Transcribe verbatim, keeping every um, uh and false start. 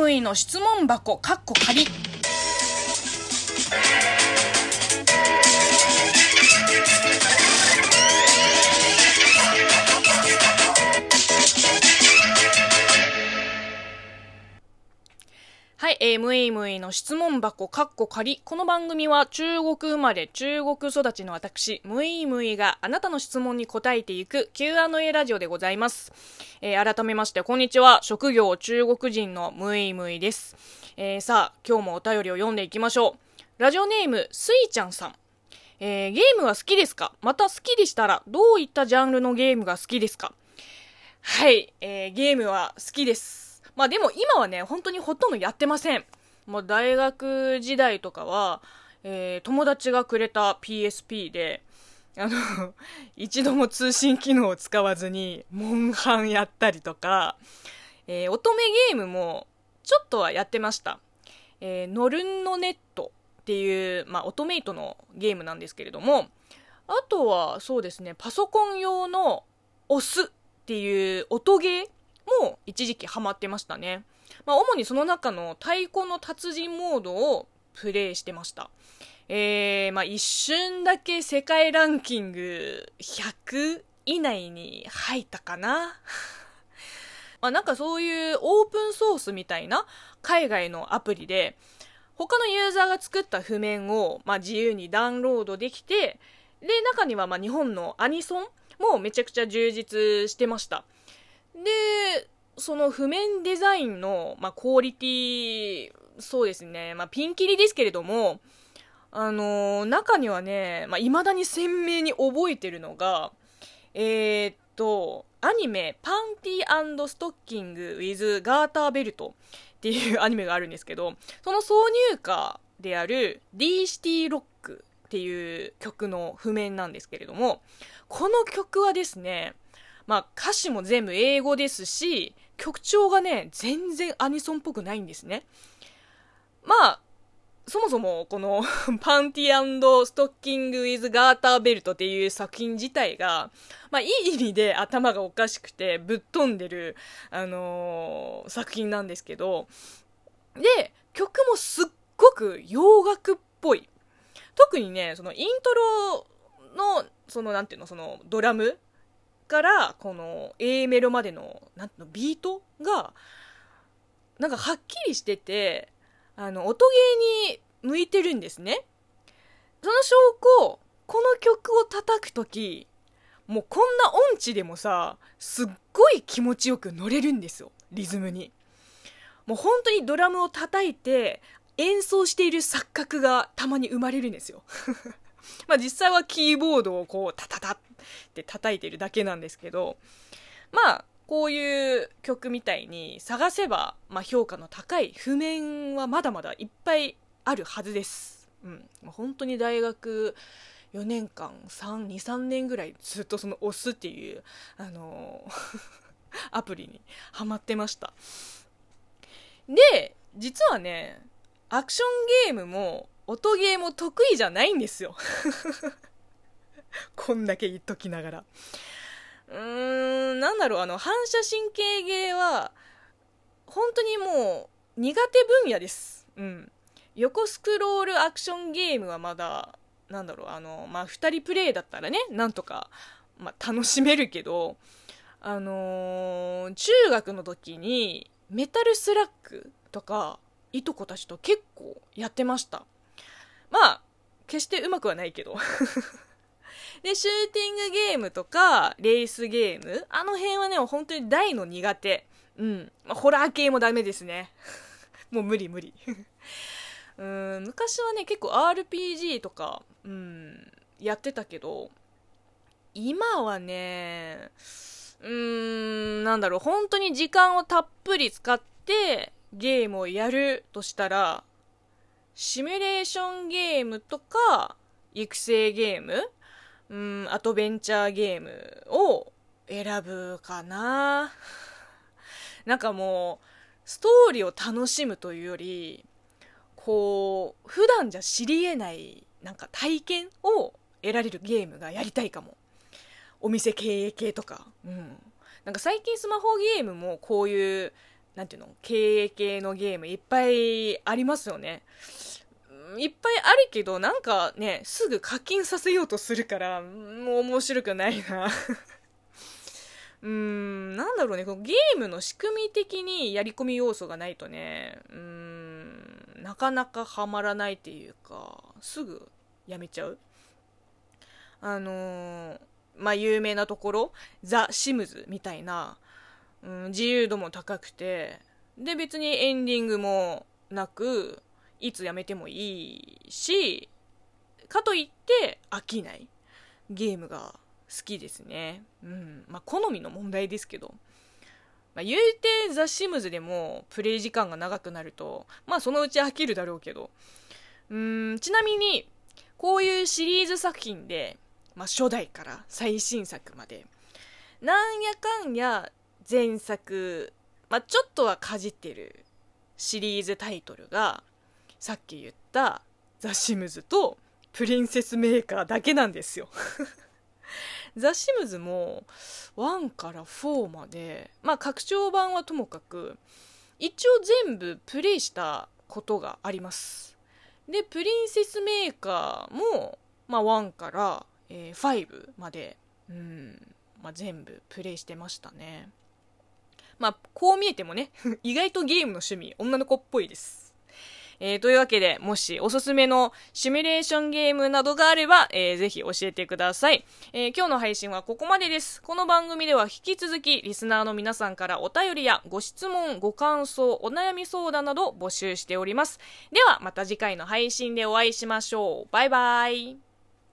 ムイの質問箱かっこ仮。はい、えー、ムイムイの質問箱かっこ仮。この番組は中国生まれ中国育ちの私ムイムイがあなたの質問に答えていく キューアンドエー ラジオでございます。えー、改めましてこんにちは。職業中国人のムイムイです。えー、さあ今日もお便りを読んでいきましょう。ラジオネームスイちゃんさん。えー、ゲームは好きですか？また好きでしたらどういったジャンルのゲームが好きですか？はい、えー、ゲームは好きです。まあでも今はね、本当にほとんどやってません。もう大学時代とかは、えー、友達がくれた ピーエスピー で、あの、一度も通信機能を使わずに、モンハンやったりとか、えー、乙女ゲームもちょっとはやってました。えー、ノルンノネットっていう、まあ、オトメイトのゲームなんですけれども、あとはそうですね、パソコン用のオスっていう音ゲーも一時期ハマってましたね。まあ、主にその中の太鼓の達人モードをプレイしてました。えー、まあ一瞬だけ世界ランキングひゃく以内に入ったかな。まあなんかそういうオープンソースみたいな海外のアプリで他のユーザーが作った譜面をまあ自由にダウンロードできて、で中にはまあ日本のアニソンもめちゃくちゃ充実してました。で、その譜面デザインの、まあ、クオリティ、そうですね、まあ、ピンキリですけれども、あのー、中にはね、まあ、未だに鮮明に覚えてるのが、えー、っと、アニメ、パンティー&ストッキング with ガーターベルトっていうアニメがあるんですけど、その挿入歌である D シティロックっていう曲の譜面なんですけれども、この曲はですね、まあ歌詞も全部英語ですし、曲調がね、全然アニソンっぽくないんですね。まあ、そもそもこのパンティー&ストッキング with ガーターベルトっていう作品自体が、まあいい意味で頭がおかしくてぶっ飛んでる、あのー、作品なんですけど、で、曲もすっごく洋楽っぽい。特にね、そのイントロの、そのなんていうの、そのドラムからこの A メロまでのなんていうのビートがなんかはっきりしてて、あの音ゲーに向いてるんですね。その証拠、この曲を叩くとき、もうこんな音痴でもさ、すっごい気持ちよく乗れるんですよ、リズムに。もう本当にドラムを叩いて演奏している錯覚がたまに生まれるんですよ。まあ実際はキーボードをこうタタタって叩いてるだけなんですけど、まあこういう曲みたいに探せば、まあ、評価の高い譜面はまだまだいっぱいあるはずです。うん、本当に大学よねんかんさん、に、さんねんぐらいずっとその押すっていうあのー、アプリにハマってました。で、実はね、アクションゲームも音ゲーも得意じゃないんですよ。こんだけ言っときながら。うーん、なんだろう、あの、反射神経ゲーは、本当にもう、苦手分野です。うん。横スクロールアクションゲームはまだ、なんだろう、あの、まあ、二人プレイだったらね、なんとか、まあ、楽しめるけど、あのー、中学の時に、メタルスラッグとか、いとこたちと結構やってました。まあ、決してうまくはないけど。で、シューティングゲームとか、レースゲーム、あの辺はね、本当に大の苦手。うん。まあ、ホラー系もダメですね。もう無理無理。うん、昔はね、結構 アールピージー とか、うん、やってたけど、今はね、うーん、なんだろう、本当に時間をたっぷり使ってゲームをやるとしたら、シミュレーションゲームとか、育成ゲーム、うん、アドベンチャーゲームを選ぶかな。なんかもう、ストーリーを楽しむというより、こう、普段じゃ知り得ない、なんか体験を得られるゲームがやりたいかも。お店経営系とか。うん。なんか最近スマホゲームもこういう、 なんていうの、経営系のゲームいっぱいありますよね。いっぱいあるけど、なんかね、すぐ課金させようとするから、もう面白くないな。うーん、なんだろうね、このゲームの仕組み的にやり込み要素がないとね、うーん、なかなかハマらないっていうか、すぐやめちゃう。あのー、まあ、有名なところ、ザ・シムズみたいな、うん、自由度も高くて、で、別にエンディングもなく、いつやめてもいいし、かといって飽きないゲームが好きですね。うん。まあ、好みの問題ですけど。まあ、言うてザ・シムズでもプレイ時間が長くなると、まあそのうち飽きるだろうけど。うーん、ちなみに、こういうシリーズ作品で、まあ初代から最新作まで、なんやかんや前作、まあちょっとはかじってるシリーズタイトルが、さっき言ったザ・シムズとプリンセスメーカーだけなんですよ。ザ・シムズもワンからフォーまで、まあ拡張版はともかく一応全部プレイしたことがあります。でプリンセスメーカーも、まあ、ワンから、えー、ファイブまで、うんまあ、全部プレイしてましたね。まあこう見えてもね意外とゲームの趣味女の子っぽいです。えー、というわけで、もしおすすめのシミュレーションゲームなどがあれば、えー、ぜひ教えてください。えー、今日の配信はここまでです。この番組では引き続きリスナーの皆さんからお便りやご質問、ご感想、お悩み相談など募集しております。ではまた次回の配信でお会いしましょう。バイバイ。